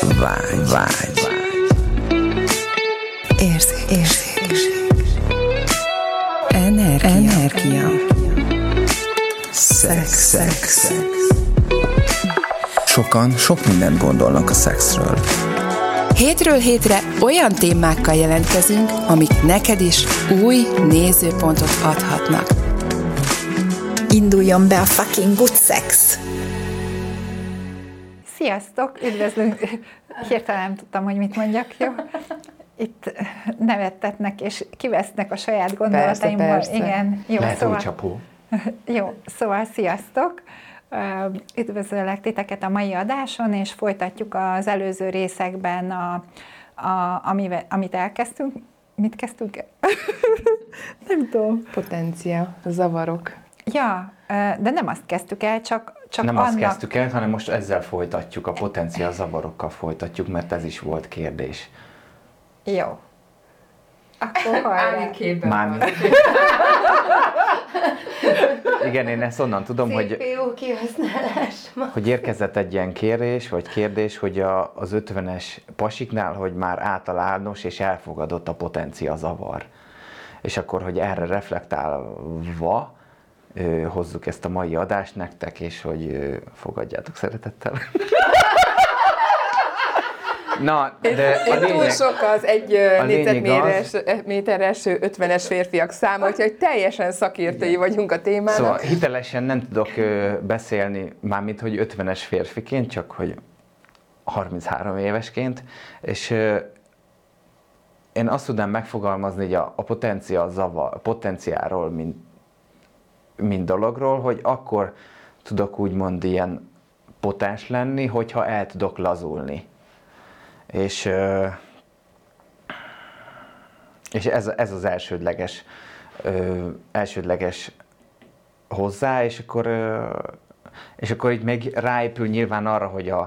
Vágy. Érzék. Energia. Szex. Sokan sok mindent gondolnak a szexről. Hétről hétre olyan témákkal jelentkezünk, amik neked is új nézőpontot adhatnak. Induljon be a fucking good sex! Sziasztok! Üdvözlünk! Hirtelen nem tudtam, hogy mit mondjak, jó? Itt nevettetnek és kivesznek a saját gondolataimból. Persze. Igen, jó, lehet szóval, új csapó. Jó, szóval sziasztok! Üdvözöllek titeket a mai adáson, és folytatjuk az előző részekben, amit elkezdtünk. Mit kezdtünk? Nem tudom. Potencia, zavarok. Ja, de nem azt kezdtük el, csak nem annak... azt kezdtük el, hanem most ezzel folytatjuk, a potenciál zavarokkal folytatjuk, mert ez is volt kérdés. Jó. Akkor hajrá. Igen, én ezt onnan tudom, hogy érkezett egy ilyen kérdés, hogy az 50-es pasiknál, hogy már általános és elfogadott a potencia zavar. És akkor, hogy erre reflektálva hozzuk ezt a mai adást nektek, és hogy fogadjátok szeretettel. Na, de a lényeg, túl sok az egy négyzetméteres 50-es férfiak száma, úgyhogy teljesen szakértői vagyunk a témának. Szóval hitelesen nem tudok beszélni, mármint hogy 50-es férfiként, csak hogy 33 évesként, és én azt tudnám megfogalmazni, hogy a potenciáról, mint dologról, hogy akkor tudok úgymond ilyen potens lenni, hogyha el tudok lazulni. És ez az elsődleges hozzá, és akkor itt még ráépül nyilván arra,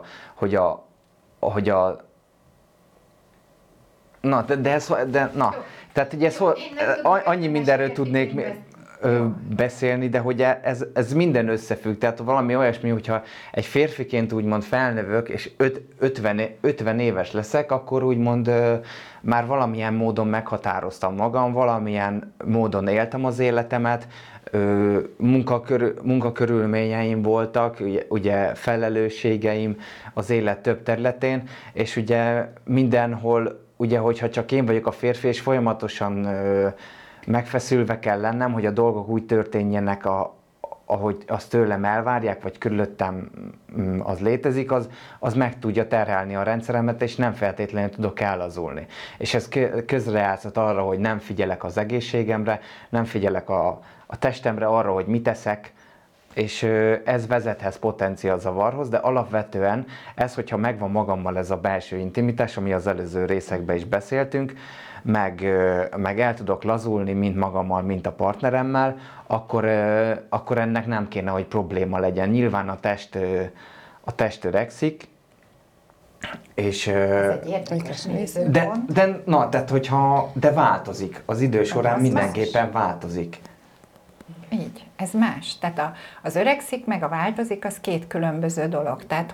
tehát ugye annyi mindenről tudnék beszélni, de hogy ez minden összefügg, tehát valami olyasmi, hogyha egy férfiként úgymond felnövök, és 50 éves leszek, akkor úgymond már valamilyen módon meghatároztam magam, valamilyen módon éltem az életemet, munkakörülményeim voltak, ugye felelősségeim az élet több területén, és ugye mindenhol, ugye hogyha csak én vagyok a férfi, és folyamatosan megfeszülve kell lennem, hogy a dolgok úgy történjenek, ahogy azt tőlem elvárják, vagy körülöttem az létezik, az meg tudja terhelni a rendszeremet, és nem feltétlenül tudok ellazulni. És ez közrejátszott arra, hogy nem figyelek az egészségemre, nem figyelek a testemre, arra, hogy mit eszek, és ez vezethez potenciálzavarhoz, de alapvetően ez, hogyha megvan magammal ez a belső intimitás, ami az előző részekben is beszéltünk, meg el tudok lazulni, mint magammal, mint a partneremmel, akkor ennek nem kéne, hogy probléma legyen. Nyilván a test öregszik, és Ez egy érdekes nézőpont. de változik. Az idő során mindenképpen változik. Így, ez más. Tehát az öregszik, meg a változik, az két különböző dolog. Tehát,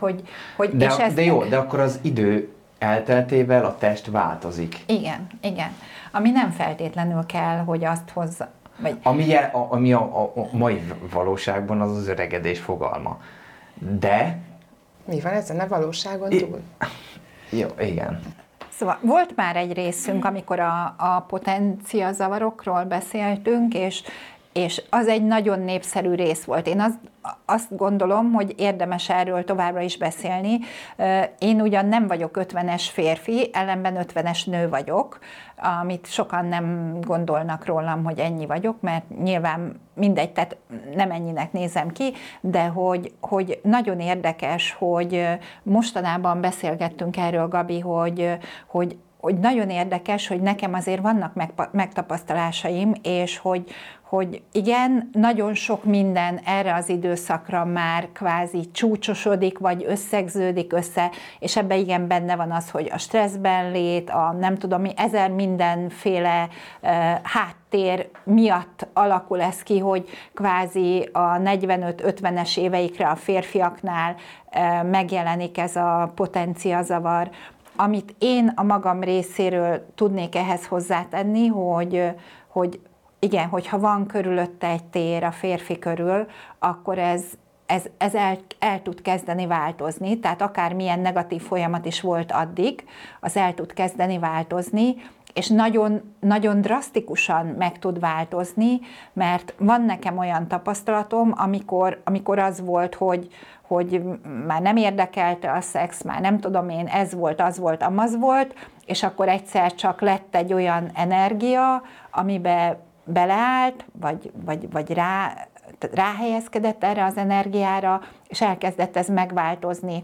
de akkor az idő elteltével a test változik. Igen. Ami nem feltétlenül kell, hogy azt hozza. Vagy... Ami a mai valóságban az öregedés fogalma. De... Mi van ezen a valóságon túl? Jó, igen. Szóval volt már egy részünk, amikor a potenciazavarokról beszéltünk, és az egy nagyon népszerű rész volt. Én azt gondolom, hogy érdemes erről továbbra is beszélni. Én ugyan nem vagyok 50-es férfi, ellenben 50-es nő vagyok, amit sokan nem gondolnak rólam, hogy ennyi vagyok, mert nyilván mindegy, tehát nem ennyinek nézem ki, de hogy nagyon érdekes, hogy mostanában beszélgettünk erről, Gabi, hogy nagyon érdekes, hogy nekem azért vannak megtapasztalásaim, és hogy igen, nagyon sok minden erre az időszakra már kvázi csúcsosodik, vagy összegződik össze, és ebben igen benne van az, hogy a stresszben lét, a nem tudom mi, ezer mindenféle háttér miatt alakul ez ki, hogy kvázi a 45-50-es éveikre a férfiaknál megjelenik ez a potenciazavar. Amit én a magam részéről tudnék ehhez hozzátenni, hogy igen, hogyha van körülötte egy tér a férfi körül, akkor ez el tud kezdeni változni, tehát akármilyen negatív folyamat is volt addig, az el tud kezdeni változni, és nagyon, nagyon drasztikusan meg tud változni, mert van nekem olyan tapasztalatom, amikor az volt, hogy már nem érdekelte a szex, már nem tudom én, ez volt, az volt, amaz volt, és akkor egyszer csak lett egy olyan energia, amibe beleállt, vagy ráhelyezkedett erre az energiára, és elkezdett ez megváltozni.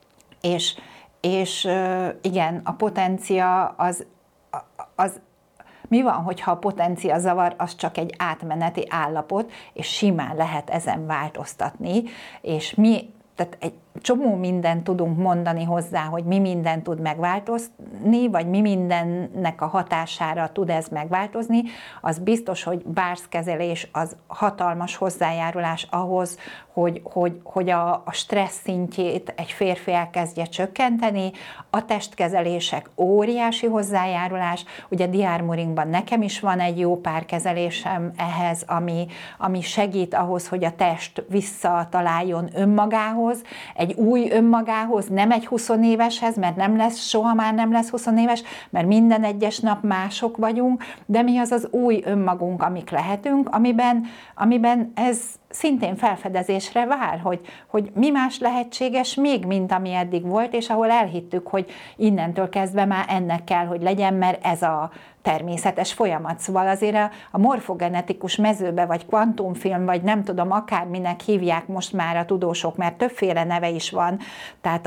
És igen, a potencia az mi van, hogyha a potenciazavar az csak egy átmeneti állapot, és simán lehet ezen változtatni, és tehát egy csomó mindent tudunk mondani hozzá, hogy mi minden tud megváltozni, vagy mi mindennek a hatására tud ez megváltozni, az biztos, hogy bárzkezelés az hatalmas hozzájárulás ahhoz, hogy a stressz szintjét egy férfi elkezdje csökkenteni, a testkezelések óriási hozzájárulás, ugye diármuringban nekem is van egy jó pár kezelésem ehhez, ami segít ahhoz, hogy a test visszataláljon önmagához, egy új önmagához, nem egy 20 éveshez, mert soha már nem lesz 20 éves, mert minden egyes nap mások vagyunk, de mi az az új önmagunk, amik lehetünk, amiben ez szintén felfedezésre vár, hogy mi más lehetséges még, mint ami eddig volt, és ahol elhittük, hogy innentől kezdve már ennek kell, hogy legyen, mert ez a természetes folyamat. Szóval azért a morfogenetikus mezőbe, vagy kvantumfilm, vagy nem tudom, akárminek hívják most már a tudósok, mert többféle neve is van, tehát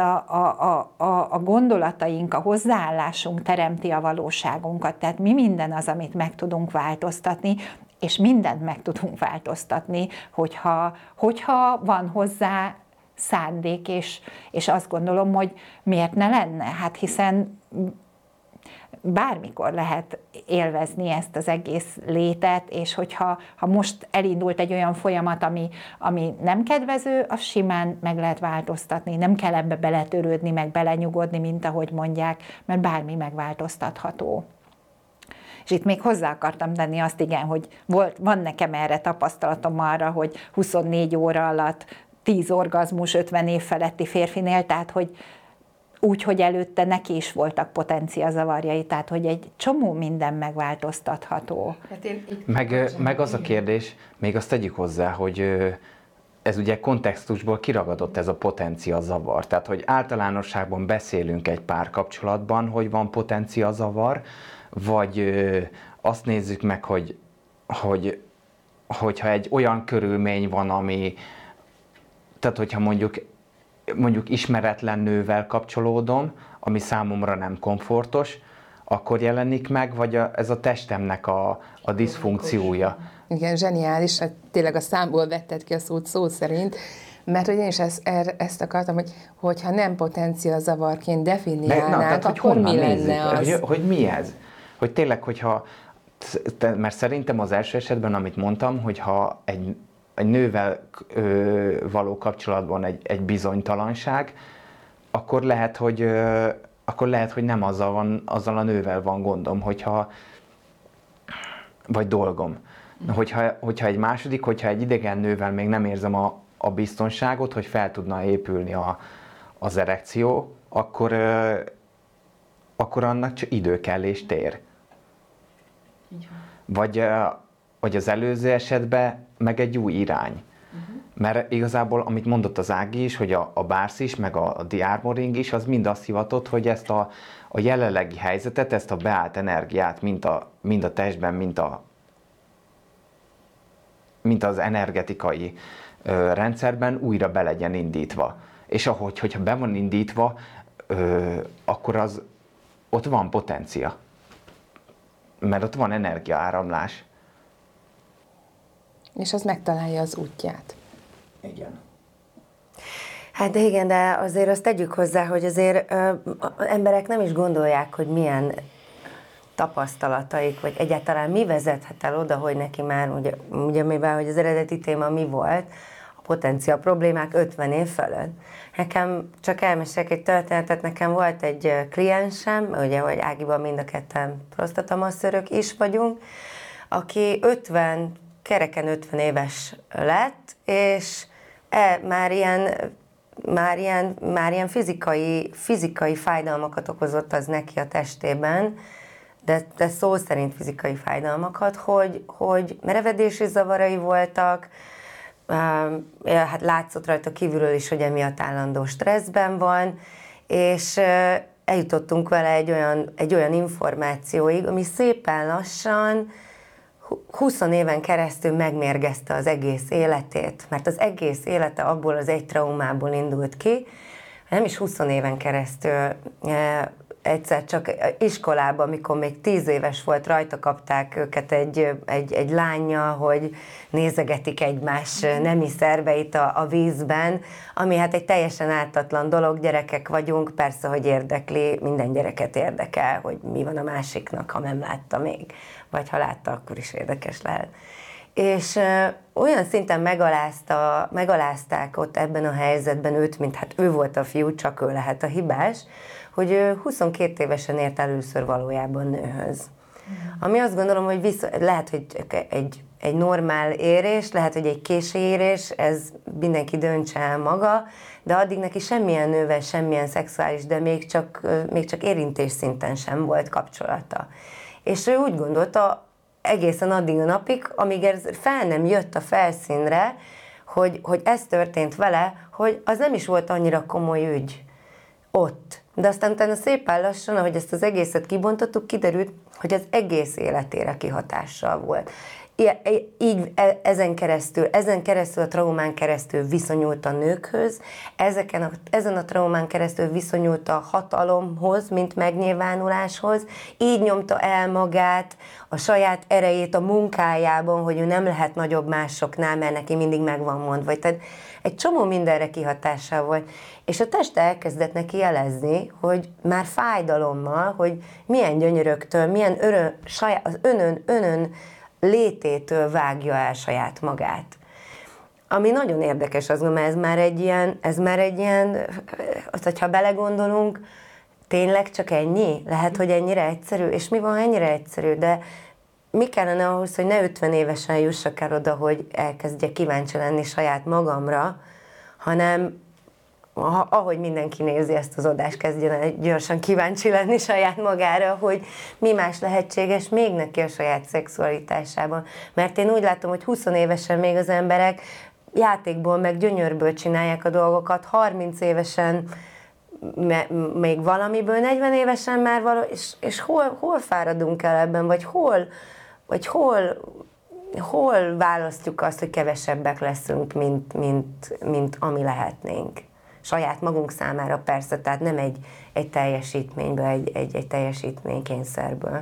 a gondolataink, a hozzáállásunk teremti a valóságunkat, tehát mi minden az, amit meg tudunk változtatni, és mindent meg tudunk változtatni, hogyha van hozzá szándék, és azt gondolom, hogy miért ne lenne? Hát hiszen bármikor lehet élvezni ezt az egész létet, és hogyha most elindult egy olyan folyamat, ami nem kedvező, az simán meg lehet változtatni. Nem kell ebbe beletörődni, meg belenyugodni, mint ahogy mondják, mert bármi megváltoztatható. És itt még hozzá akartam tenni azt, igen, hogy van nekem erre tapasztalatom arra, hogy 24 óra alatt 10 orgazmus 50 év feletti férfinél, tehát hogy úgy, hogy előtte neki is voltak potenciazavarjai, tehát hogy egy csomó minden megváltoztatható. Meg az a kérdés, még azt tegyük hozzá, hogy ez ugye kontextusból kiragadott ez a potenciazavar. Tehát, hogy általánosságban beszélünk egy párkapcsolatban, hogy van potenciazavar, vagy azt nézzük meg, hogyha egy olyan körülmény van, ami, tehát hogyha mondjuk ismeretlen nővel kapcsolódom, ami számomra nem komfortos, akkor jelenik meg, vagy ez a testemnek a diszfunkciója. Igen, zseniális, hát tényleg a számból vetted ki a szót szó szerint, mert hogy én is ezt akartam, hogyha nem potenciazavarként definiálnánk, akkor mi lenne az? Hogy mi ez? Hogy tényleg, mert szerintem az első esetben, amit mondtam, hogyha egy nővel való kapcsolatban egy bizonytalanság, akkor lehet, hogy nem azzal a nővel van gondom, vagy dolgom. Hogyha egy második, hogyha egy idegen nővel még nem érzem a biztonságot, hogy fel tudna épülni az erekció, akkor annak csak idő kell és tér. Vagy az előző esetben meg egy új irány. Mert igazából, amit mondott az Ági is, hogy a bársz is, meg a diármoring is, az mind azt hivatott, hogy ezt a jelenlegi helyzetet, ezt a beállt energiát, mind a testben, mint az energetikai rendszerben újra be legyen indítva. És hogyha be van indítva, akkor ott van potencia. Mert ott van energiaáramlás. És az megtalálja az útját. Igen. Hát de igen, de azért azt tegyük hozzá, hogy azért emberek nem is gondolják, hogy milyen tapasztalataik, vagy egyáltalán mi vezethet el oda, hogy neki már, ugye mivel hogy az eredeti téma mi volt, a potenciál problémák 50 év fölött. Nekem csak elmesélek egy történetet, nekem volt egy kliensem, ugye, hogy Ágiban mind a ketten prostatamasszörök is vagyunk, aki kereken 50 éves lett, és már ilyen fizikai fájdalmakat okozott az neki a testében, de szó szerint fizikai fájdalmakat, hogy merevedési zavarai voltak, hát látszott rajta kívülről is, hogy emiatt állandó stresszben van, és eljutottunk vele egy olyan információig, ami szépen lassan 20 éven keresztül megmérgezte az egész életét, mert az egész élete abból az egy traumából indult ki, nem is 20 éven keresztül, egyszer csak iskolában, amikor még 10 éves volt, rajta kapták őket egy lánnyal, hogy nézegetik egymás nemi szerveit a vízben, ami hát egy teljesen ártatlan dolog, gyerekek vagyunk, persze, hogy érdekli, minden gyereket érdekel, hogy mi van a másiknak, ha nem látta még, vagy ha látta, akkor is érdekes lehet. És olyan szinten megalázták ott ebben a helyzetben őt, mint hát ő volt a fiú, csak ő lehet a hibás, hogy ő 22 évesen ért először valójában nőhöz. Ami azt gondolom, hogy lehet, hogy egy normál érés, lehet, hogy egy késő érés, ez mindenki döntse el maga, de addig neki semmilyen nővel, semmilyen szexuális, de még csak érintés szinten sem volt kapcsolata. És ő úgy gondolta egészen addig a napig, amíg ez fel nem jött a felszínre, hogy ez történt vele, hogy az nem is volt annyira komoly ügy ott. De aztán utána szépen lassan, ahogy ezt az egészet kibontottuk, kiderült, hogy az egész életére kihatással volt. Így ezen keresztül a traumán keresztül viszonyult a nőkhöz, ezen a traumán keresztül viszonyult a hatalomhoz, mint megnyilvánuláshoz, így nyomta el magát, a saját erejét a munkájában, hogy ő nem lehet nagyobb másoknál, mert neki mindig meg van mondva. Tehát egy csomó mindenre kihatással volt. És a teste elkezdett neki jelezni, hogy már fájdalommal, hogy milyen gyönyöröktől, milyen az önön lététől vágja el saját magát. Ami nagyon érdekes, azt gondolom, ez már egy ilyen, hogyha belegondolunk, tényleg csak ennyi? Lehet, hogy ennyire egyszerű? És mi van ennyire egyszerű? De mi kellene ahhoz, hogy ne 50 évesen jussak el oda, hogy elkezdjek kíváncsi lenni saját magamra, hanem ahogy mindenki nézi ezt az adást, kezdjen gyorsan kíváncsi lenni saját magára, hogy mi más lehetséges még neki a saját szexualitásában. Mert én úgy látom, hogy 20 évesen még az emberek játékból, meg gyönyörből csinálják a dolgokat, 30 évesen még valamiből, 40 évesen már és hol fáradunk el ebben, vagy hol választjuk azt, hogy kevesebbek leszünk, mint ami lehetnénk. Saját magunk számára persze, tehát nem egy teljesítményből, egy teljesítménykényszerből.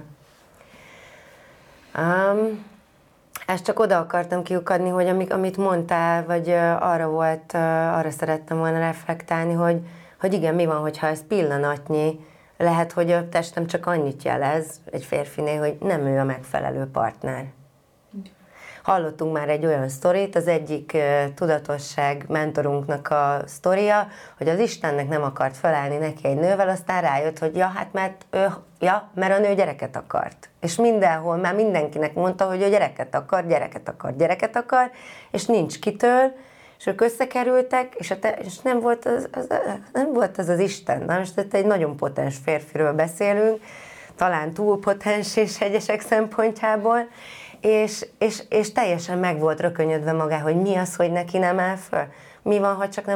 Ezt csak oda akartam kiukadni, hogy amit mondtál, vagy arra szerettem volna reflektálni, hogy igen, mi van, hogyha ez pillanatnyi, lehet, hogy a testem csak annyit jelez egy férfinél, hogy nem ő a megfelelő partner. Hallottunk már egy olyan sztorit, az egyik tudatosság mentorunknak a sztoria, hogy az Istennek nem akart felállni neki egy nővel, aztán rájött, hogy mert a nő gyereket akart. És mindenhol már mindenkinek mondta, hogy ő gyereket akar, és nincs kitől, és ők összekerültek, és nem volt az Isten. Na most egy nagyon potens férfiről beszélünk, talán túl potens és egyesek szempontjából, és teljesen meg volt rökönyödve magá, hogy mi az, hogy neki nem áll föl. Mi van, ha csak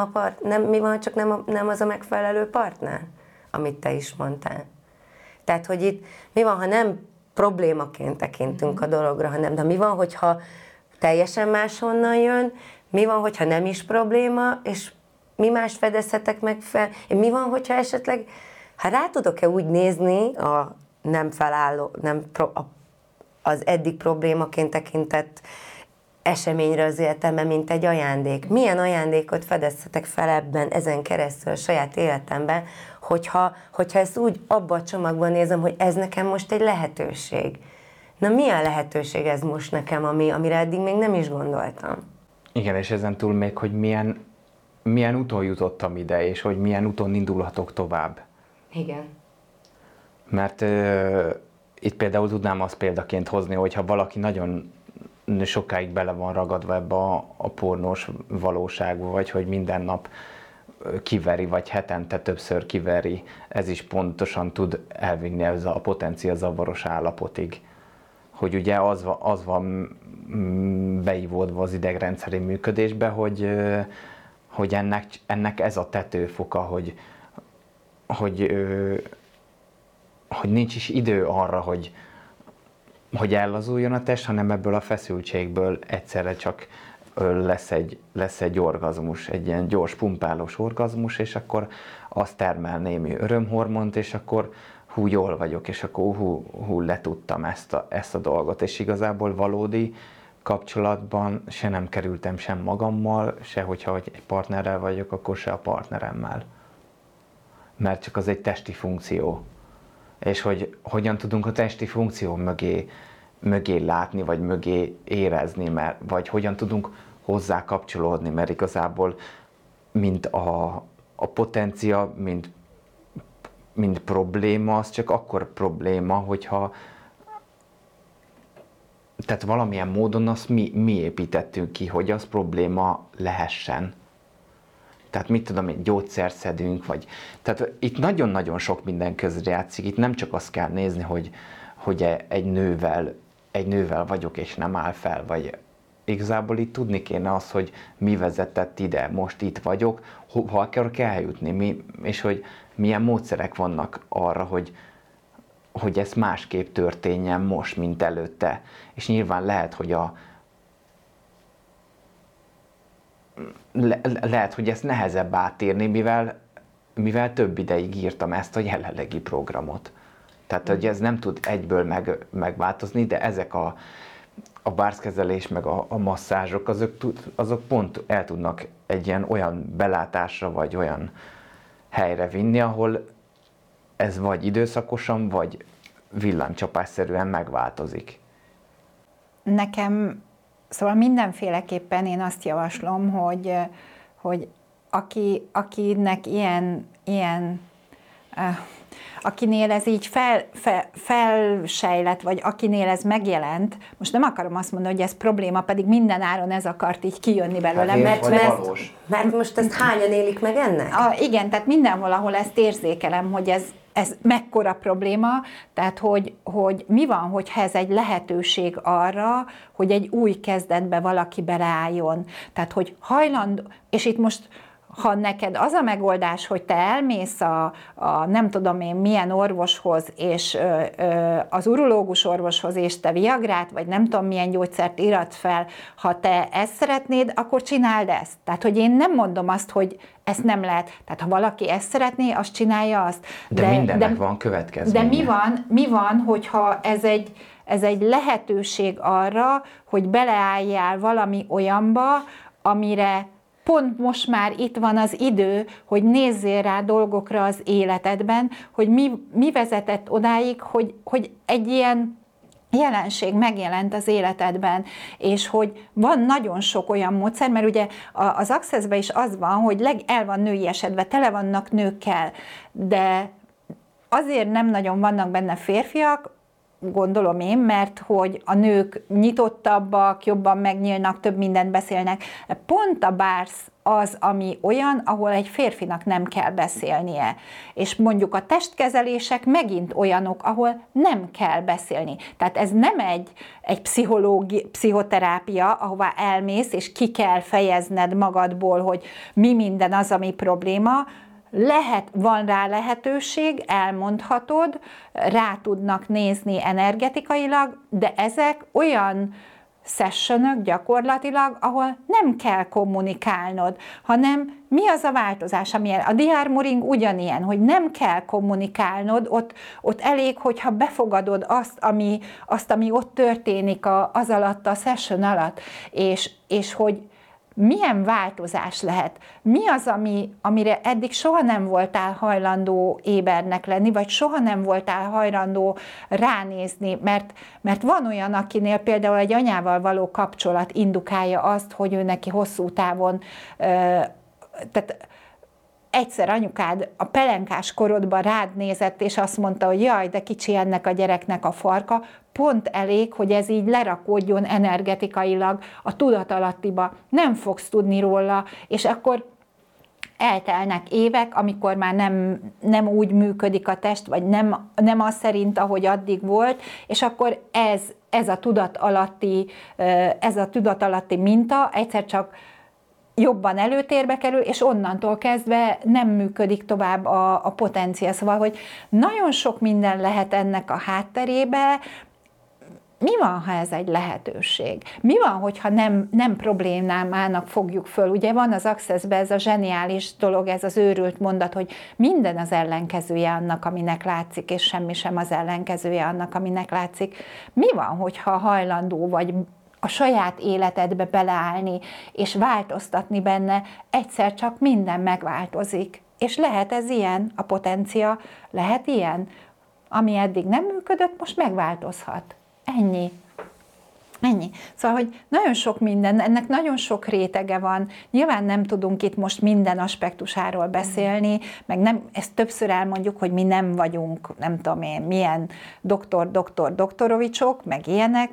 nem az a megfelelő partner, amit te is mondtál. Tehát, hogy itt mi van, ha nem problémaként tekintünk a dologra, hanem de mi van, hogyha teljesen máshonnan jön, mi van, hogyha nem is probléma, és mi más fedezhetek meg fel? Mi van, hogyha esetleg, rá tudok-e úgy nézni a nem felálló, az eddig problémaként tekintett eseményre az életemben, mint egy ajándék. Milyen ajándékot fedezhetek fel ebben, ezen keresztül a saját életemben, hogyha ezt úgy abba a csomagban nézem, hogy ez nekem most egy lehetőség. Na milyen lehetőség ez most nekem, amire eddig még nem is gondoltam? Igen, és ezen túl még, hogy milyen úton jutottam ide, és hogy milyen úton indulhatok tovább. Igen. Mert itt például tudnám azt példaként hozni, hogyha valaki nagyon sokáig bele van ragadva ebbe a pornós valóságba, vagy hogy minden nap kiveri, vagy hetente többször kiveri, ez is pontosan tud elvinni ez a potencia zavaros állapotig. Hogy ugye az van beivódva az idegrendszeri működésbe, hogy ennek ez a tetőfoka, hogy egy is idő arra, hogy ellazuljon a test, hanem ebből a feszültségből egyszerre csak lesz egy orgazmus, egy ilyen gyors, pumpálós orgazmus, és akkor az termel némi örömhormont, és akkor hú, jól vagyok, és akkor hú, letudtam ezt a dolgot, és igazából valódi kapcsolatban se nem kerültem sem magammal, se hogyha egy partnerrel vagyok, akkor se a partneremmel. Mert csak az egy testi funkció. És hogy hogyan tudunk a testi funkció mögé látni, vagy mögé érezni, vagy hogyan tudunk hozzá kapcsolódni, mert igazából mint a potencia, mint probléma, az csak akkor probléma, hogyha tehát valamilyen módon azt mi építettünk ki, hogy az probléma lehessen. Tehát mit tudom, egy gyógyszert szedünk, vagy... Tehát itt nagyon-nagyon sok minden közrejátszik. Itt nem csak azt kell nézni, hogy egy nővel vagyok, és nem áll fel, vagy igazából itt tudni kéne az, hogy mi vezetett ide, most itt vagyok, hova akarok eljutni, és hogy milyen módszerek vannak arra, hogy ez másképp történjen most, mint előtte. És nyilván lehet, hogy lehet, hogy ezt nehezebb átírni, mivel több ideig írtam ezt a jelenlegi programot. Tehát, hogy ez nem tud egyből megváltozni, de ezek a bárzkezelés, meg a masszázsok, azok pont el tudnak egy ilyen olyan belátásra, vagy olyan helyre vinni, ahol ez vagy időszakosan, vagy villámcsapásszerűen megváltozik. Szóval mindenféleképpen én azt javaslom, hogy akinek ilyen akinél ez így felsejlett, vagy akinél ez megjelent, most nem akarom azt mondani, hogy ez probléma, pedig minden áron ez akart így kijönni belőle. Mert most ezt hányan élik meg ennek? Igen, tehát mindenhol, ahol ezt érzékelem, hogy ez mekkora probléma, tehát hogy mi van, hogyha ez egy lehetőség arra, hogy egy új kezdetbe valaki beleálljon. Tehát, hogy hajlandó, és itt most ha neked az a megoldás, hogy te elmész a nem tudom én milyen orvoshoz, és az urológus orvoshoz, és te viagrát, vagy nem tudom milyen gyógyszert iratsz fel, ha te ezt szeretnéd, akkor csináld ezt. Tehát, hogy én nem mondom azt, hogy ezt nem lehet. Tehát, ha valaki ezt szeretné, azt csinálja azt. De mindennek van következménye. De mi van, hogyha ez egy lehetőség arra, hogy beleálljál valami olyanba, amire pont most már itt van az idő, hogy nézzél rá dolgokra az életedben, hogy mi vezetett odáig, hogy egy ilyen jelenség megjelent az életedben, és hogy van nagyon sok olyan módszer, mert ugye az Accessben is az van, hogy el van női esedve, tele vannak nőkkel, de azért nem nagyon vannak benne férfiak, gondolom én, mert hogy a nők nyitottabbak, jobban megnyílnak, több mindent beszélnek. Pont a bársz az, ami olyan, ahol egy férfinak nem kell beszélnie. És mondjuk a testkezelések megint olyanok, ahol nem kell beszélni. Tehát ez nem egy pszichoterápia, ahová elmész, és ki kell fejezned magadból, hogy mi minden az, ami probléma. Van rá lehetőség, elmondhatod, rá tudnak nézni energetikailag, de ezek olyan sessionök gyakorlatilag, ahol nem kell kommunikálnod, hanem mi az a változás, amilyen. A diármoring ugyanilyen, hogy nem kell kommunikálnod, ott elég, hogyha befogadod azt, ami ott történik az alatt, a session alatt, és hogy milyen változás lehet? Mi az, amire eddig soha nem voltál hajlandó ébernek lenni, vagy soha nem voltál hajlandó ránézni, mert van olyan, akinél például egy anyával való kapcsolat indukálja azt, hogy ő neki hosszú távon, tehát egyszer anyukád a pelenkás korodban rád nézett, és azt mondta, hogy jaj, de kicsi ennek a gyereknek a farka, pont elég, hogy ez így lerakódjon energetikailag a tudatalattiba. Nem fogsz tudni róla, és akkor eltelnek évek, amikor már nem úgy működik a test, vagy nem az szerint, ahogy addig volt, és akkor ez a tudatalatti minta egyszer csak jobban előtérbe kerül, és onnantól kezdve nem működik tovább a potencia. Szóval, hogy nagyon sok minden lehet ennek a hátterébe. Mi van, ha ez egy lehetőség? Mi van, hogyha nem problémának fogjuk föl? Ugye van az Accessben ez a zseniális dolog, ez az őrült mondat, hogy minden az ellenkezője annak, aminek látszik, és semmi sem az ellenkezője annak, aminek látszik. Mi van, hogyha hajlandó vagy a saját életedbe beleállni, és változtatni benne, egyszer csak minden megváltozik. És lehet ez ilyen, a potencia lehet ilyen, ami eddig nem működött, most megváltozhat. Ennyi. Szóval, hogy nagyon sok minden, ennek nagyon sok rétege van. Nyilván nem tudunk itt most minden aspektusáról beszélni, meg nem, ezt többször elmondjuk, hogy mi nem vagyunk, nem tudom én, milyen doktorovicsok, meg ilyenek,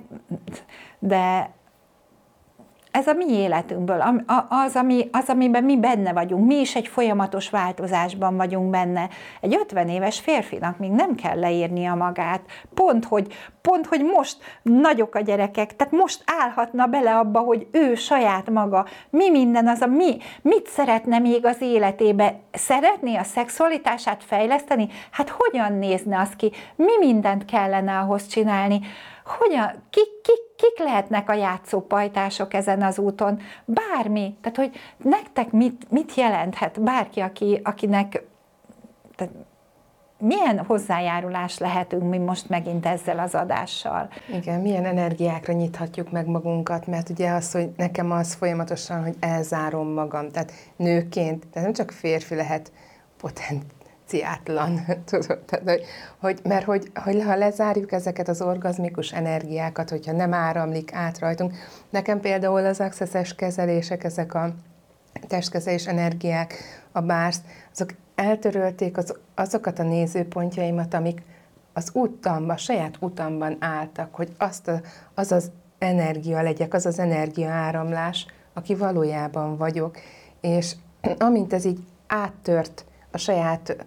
de ez a mi életünkből, az, amiben mi benne vagyunk, mi is egy folyamatos változásban vagyunk benne. Egy 50 éves férfinak még nem kell leírnia magát, pont, hogy most nagyok a gyerekek, tehát most állhatna bele abba, hogy ő saját maga, mi minden az, mit szeretne még az életébe, szeretné a szexualitását fejleszteni? Hát hogyan nézne az ki? Mi mindent kellene ahhoz csinálni? Kik lehetnek a játszópajtások ezen az úton? Bármi. Tehát, hogy nektek mit jelenthet bárki, akinek... Tehát milyen hozzájárulás lehetünk mi most megint ezzel az adással? Igen, milyen energiákra nyithatjuk meg magunkat, mert ugye az, hogy nekem az folyamatosan, hogy elzárom magam, tehát nőként, tehát nem csak férfi lehet potenciátlan, tudod, tehát, mert ha lezárjuk ezeket az orgazmikus energiákat, hogyha nem áramlik át rajtunk, nekem például az accesses kezelések, ezek a testkezelés energiák, a bársz, azok eltörölték azokat a nézőpontjaimat, amik az utamban, a saját utamban álltak, hogy az az energia legyek, az az energiaáramlás, aki valójában vagyok. És amint ez így áttört a saját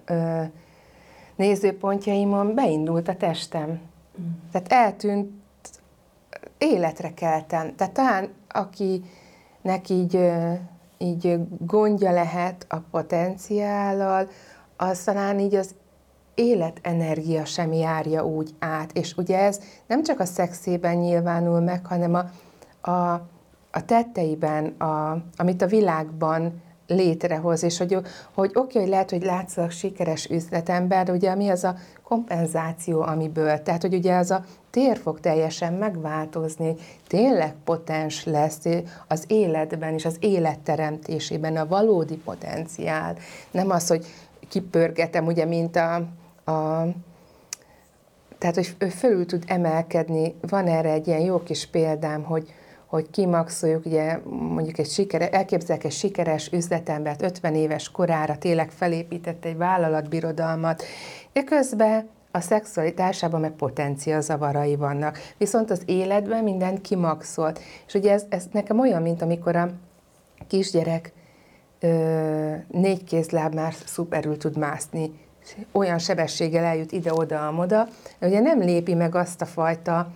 nézőpontjaimon, beindult a testem. Tehát eltűnt, életre keltem. Tehát talán akinek így gondja lehet a potenciállal, az talán így az életenergia sem járja úgy át. És ugye ez nem csak a szexében nyilvánul meg, hanem a tetteiben, amit a világban létrehoz, és hogy oké, hogy lehet, hogy látszólag sikeres üzletember, de ugye mi az a kompenzáció, amiből, tehát hogy ugye az a tér fog teljesen megváltozni, tényleg potens lesz az életben és az életteremtésében a valódi potenciál. Nem az, hogy kipörgetem, ugye, mint tehát, hogy ő fölül tud emelkedni. Van erre egy ilyen jó kis példám, hogy kimaxoljuk, ugye mondjuk elképzelek egy sikeres üzletembert 50 éves korára, tényleg felépített egy vállalatbirodalmat, de közben a szexualitásában meg potenciazavarai vannak. Viszont az életben mindent kimaxolt. És ugye ez nekem olyan, mint amikor a kisgyerek 4 kézláb már szuperül tud mászni, olyan sebességgel eljut ide-oda-amoda, ugye nem lépi meg azt a fajta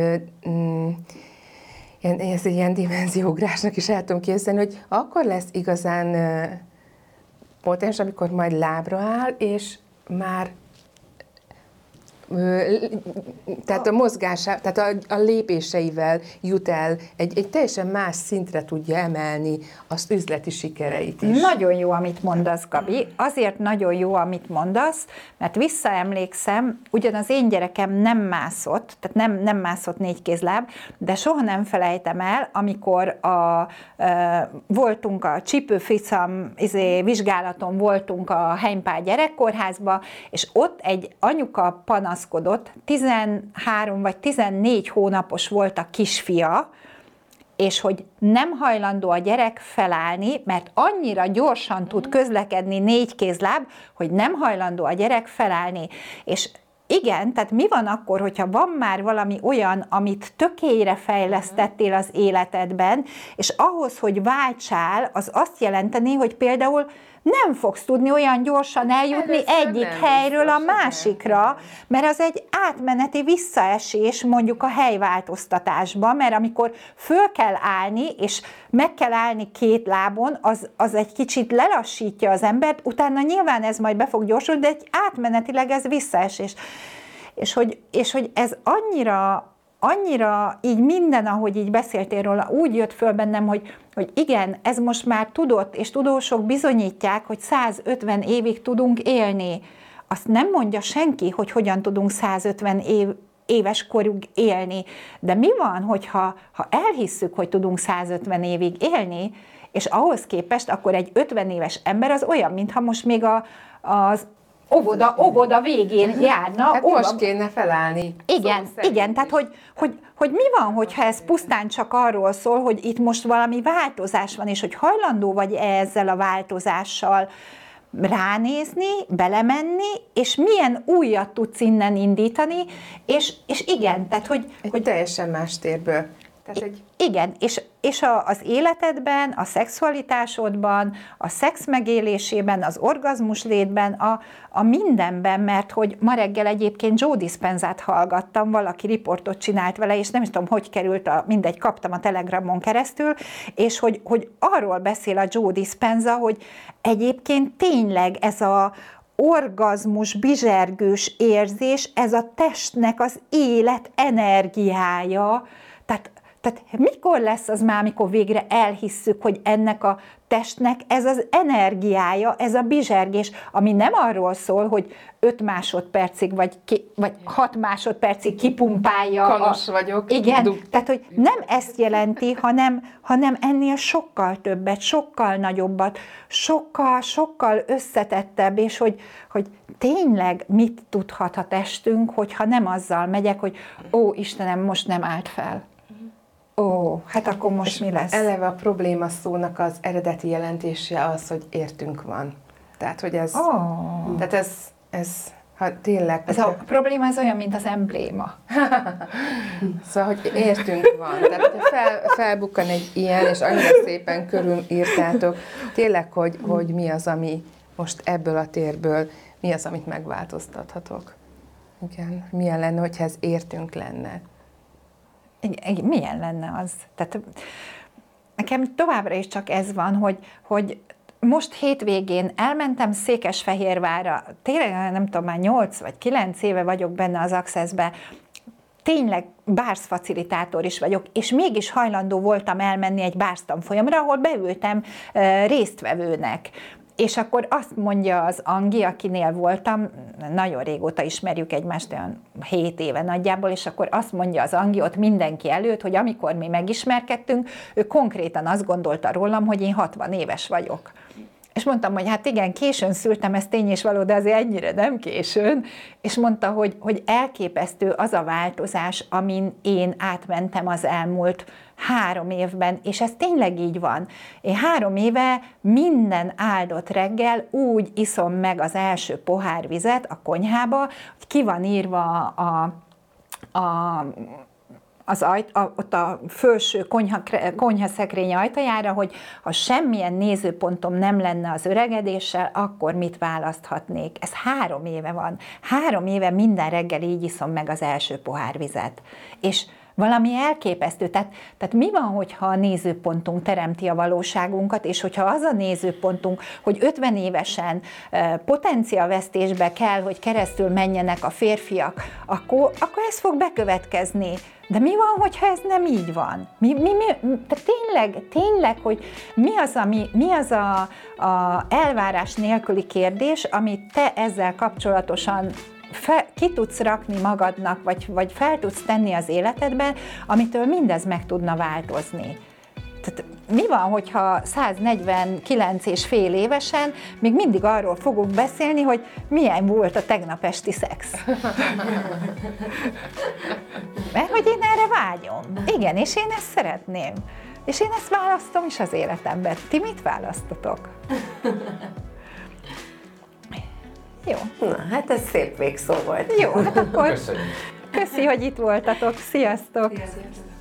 ez egy ilyen dimenzióugrásnak is el tudom képzelni, hogy akkor lesz igazán potens, amikor majd lábra áll, és már tehát a mozgása, tehát a lépéseivel jut el, egy teljesen más szintre tudja emelni az üzleti sikereit is. Nagyon jó, amit mondasz, Gabi. Azért nagyon jó, amit mondasz, mert visszaemlékszem, ugyan az én gyerekem nem mászott, tehát nem mászott 4 kézláb, de soha nem felejtem el, amikor voltunk a csípőficam vizsgálaton, voltunk a Heimpál gyerekkórházba, és ott egy anyuka panaszkodott, 13 vagy 14 hónapos volt a kisfia, és hogy nem hajlandó a gyerek felállni, mert annyira gyorsan tud közlekedni 4 kézláb, hogy nem hajlandó a gyerek felállni. És igen, tehát mi van akkor, hogyha van már valami olyan, amit tökélyre fejlesztettél az életedben, és ahhoz, hogy váltsál, az azt jelenteni, hogy például nem fogsz tudni olyan gyorsan eljutni egyik helyről a másikra, mert az egy átmeneti visszaesés mondjuk a helyváltoztatásba, mert amikor föl kell állni, és meg kell állni 2 lábon, az egy kicsit lelassítja az embert, utána nyilván ez majd be fog gyorsulni, de egy átmenetileg ez visszaesés. És hogy ez annyira így minden, ahogy így beszéltél róla, úgy jött föl bennem, hogy igen, ez most már tudott, és tudósok bizonyítják, hogy 150 évig tudunk élni. Azt nem mondja senki, hogy hogyan tudunk 150 éves korig élni. De mi van, hogyha elhisszük, hogy tudunk 150 évig élni, és ahhoz képest akkor egy 50 éves ember az olyan, mintha most még az óvoda végén járna. Hát most kéne felállni. Igen, tehát hogy mi van, hogyha ez pusztán csak arról szól, hogy itt most valami változás van, és hogy hajlandó vagy ezzel a változással ránézni, belemenni, és milyen újat tudsz innen indítani, és igen, tehát hogy teljesen más térből. Igen, és az életedben, a szexualitásodban, a szex megélésében, az orgazmus létben, a mindenben, mert hogy ma reggel egyébként Joe Dispenzát hallgattam, valaki riportot csinált vele, és nem is tudom, hogy került, mindegy, kaptam a Telegramon keresztül, és hogy arról beszél a Joe Dispenza, hogy egyébként tényleg ez a orgazmus, bizsergős érzés, ez a testnek az élet energiája, tehát mikor lesz az már, amikor végre elhisszük, hogy ennek a testnek ez az energiája, ez a bizsergés, ami nem arról szól, hogy 5 másodpercig vagy 6 másodpercig kipumpálja. Kanos vagyok. Igen, tehát hogy nem ezt jelenti, hanem ennél sokkal többet, sokkal nagyobbat, sokkal összetettebb, és hogy tényleg mit tudhat a testünk, hogyha nem azzal megyek, hogy ó, Istenem, most nem állt fel. Ó, hát akkor most mi lesz? Eleve a probléma szónak az eredeti jelentése az, hogy értünk van. Tehát, hogy ez... Tehát ez ha tényleg... Ez a probléma az olyan, mint az embléma. Szóval, hogy értünk van. Tehát, hogyha felbukkan egy ilyen, és annyira szépen körülírtátok, tényleg, hogy mi az, ami most ebből a térből, mi az, amit megváltoztathatok. Igen, milyen lenne, hogyha ez értünk lenne. Milyen lenne az? Tehát nekem továbbra is csak ez van, hogy most hétvégén elmentem Székesfehérvárra, tényleg nem tudom, már 8 vagy 9 éve vagyok benne az Accessbe, tényleg bársz facilitátor is vagyok, és mégis hajlandó voltam elmenni egy bársz tanfolyamra, ahol beültem résztvevőnek. És akkor azt mondja az Angi, akinél voltam, nagyon régóta ismerjük egymást, olyan 7 éve nagyjából, és akkor azt mondja az Angi ott mindenki előtt, hogy amikor mi megismerkedtünk, ő konkrétan azt gondolta rólam, hogy én 60 éves vagyok. És mondtam, hogy hát igen, későn szültem, ez tény és való, de azért ennyire nem későn. És mondta, hogy elképesztő az a változás, amin én átmentem az elmúlt 3 évben, és ez tényleg így van. Én 3 éve minden áldott reggel úgy iszom meg az első pohár vizet a konyhába, hogy ki van írva ott a felső konyhaszekrény ajtajára, hogy ha semmilyen nézőpontom nem lenne az öregedéssel, akkor mit választhatnék. Ez 3 éve van. 3 éve minden reggel így iszom meg az első pohár vizet. És Valami elképesztő. Tehát mi van, hogyha a nézőpontunk teremti a valóságunkat, és hogyha az a nézőpontunk, hogy 50 évesen potenciavesztésbe kell, hogy keresztül menjenek a férfiak, akkor ez fog bekövetkezni. De mi van, hogyha ez nem így van? Tényleg, hogy mi az a elvárás nélküli kérdés, amit te ezzel kapcsolatosan ki tudsz rakni magadnak, vagy fel tudsz tenni az életedben, amitől mindez meg tudna változni. Tehát mi van, hogyha 149 és fél évesen még mindig arról fogunk beszélni, hogy milyen volt a tegnap esti szex? Mert hogy én erre vágyom. Igen, és én ezt szeretném. És én ezt választom is az életemben. Ti mit választotok? Jó. Na, hát ez szép végszó volt. Jó, hát akkor Köszönjük. köszi, hogy itt voltatok. Sziasztok! Sziasztok.